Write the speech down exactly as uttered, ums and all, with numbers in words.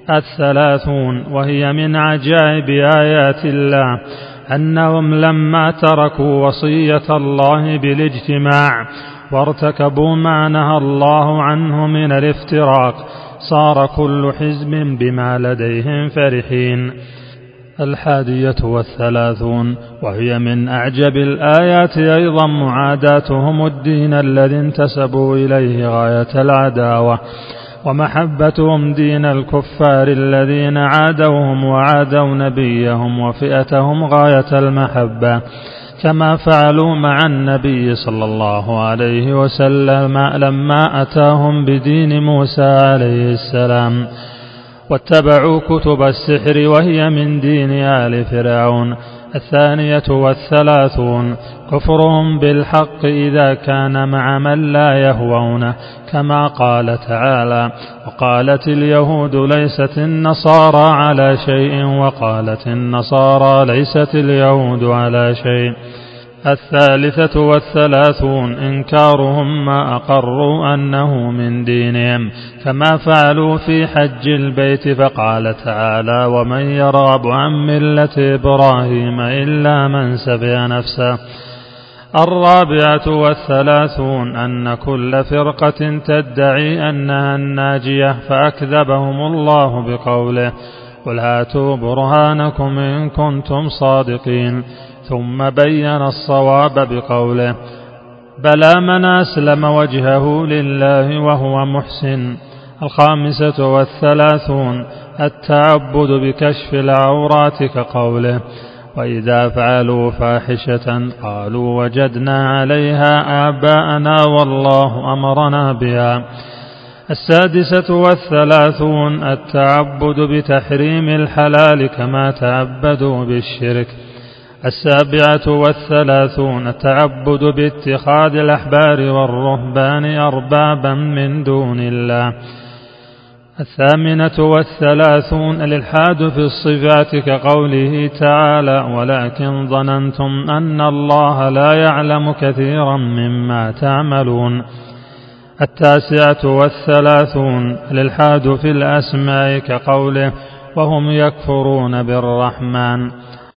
الثلاثون وهي من عجائب آيات الله أنهم لما تركوا وصية الله بالاجتماع وارتكبوا ما نهى الله عنه من الافتراق صار كل حزب بما لديهم فرحين. الحادية والثلاثون وهي من أعجب الآيات أيضا معاداتهم الدين الذي انتسبوا إليه غاية العداوة ومحبتهم دين الكفار الذين عادوهم وعادوا نبيهم وفئتهم غاية المحبة كما فعلوا مع النبي صلى الله عليه وسلم لما أتاهم بدين موسى عليه السلام واتبعوا كتب السحر وهي من دين آل فرعون. الثانية والثلاثون كفرهم بالحق إذا كان مع من لا يهوونه كما قال تعالى وقالت اليهود ليست النصارى على شيء وقالت النصارى ليست اليهود على شيء. الثالثة والثلاثون إنكارهم ما أقروا أنه من دينهم كما فعلوا في حج البيت فقال تعالى ومن يرغب عن ملة إبراهيم إلا من سفه نفسه. الرابعة والثلاثون أن كل فرقة تدعي أنها الناجية فأكذبهم الله بقوله قل هاتوا برهانكم إن كنتم صادقين ثم بين الصواب بقوله بلى من أسلم وجهه لله وهو محسن. الخامسة والثلاثون التعبد بكشف العورات كقوله وإذا فعلوا فاحشة قالوا وجدنا عليها آباءنا والله أمرنا بها. السادسة والثلاثون التعبد بتحريم الحلال كما تعبدوا بالشرك. السابعة والثلاثون التعبد باتخاذ الأحبار والرهبان أربابا من دون الله. الثامنة والثلاثون الإلحاد في الصفات كقوله تعالى ولكن ظننتم أن الله لا يعلم كثيرا مما تعملون. التاسعة والثلاثون الإلحاد في الأسماء كقوله وهم يكفرون بالرحمن.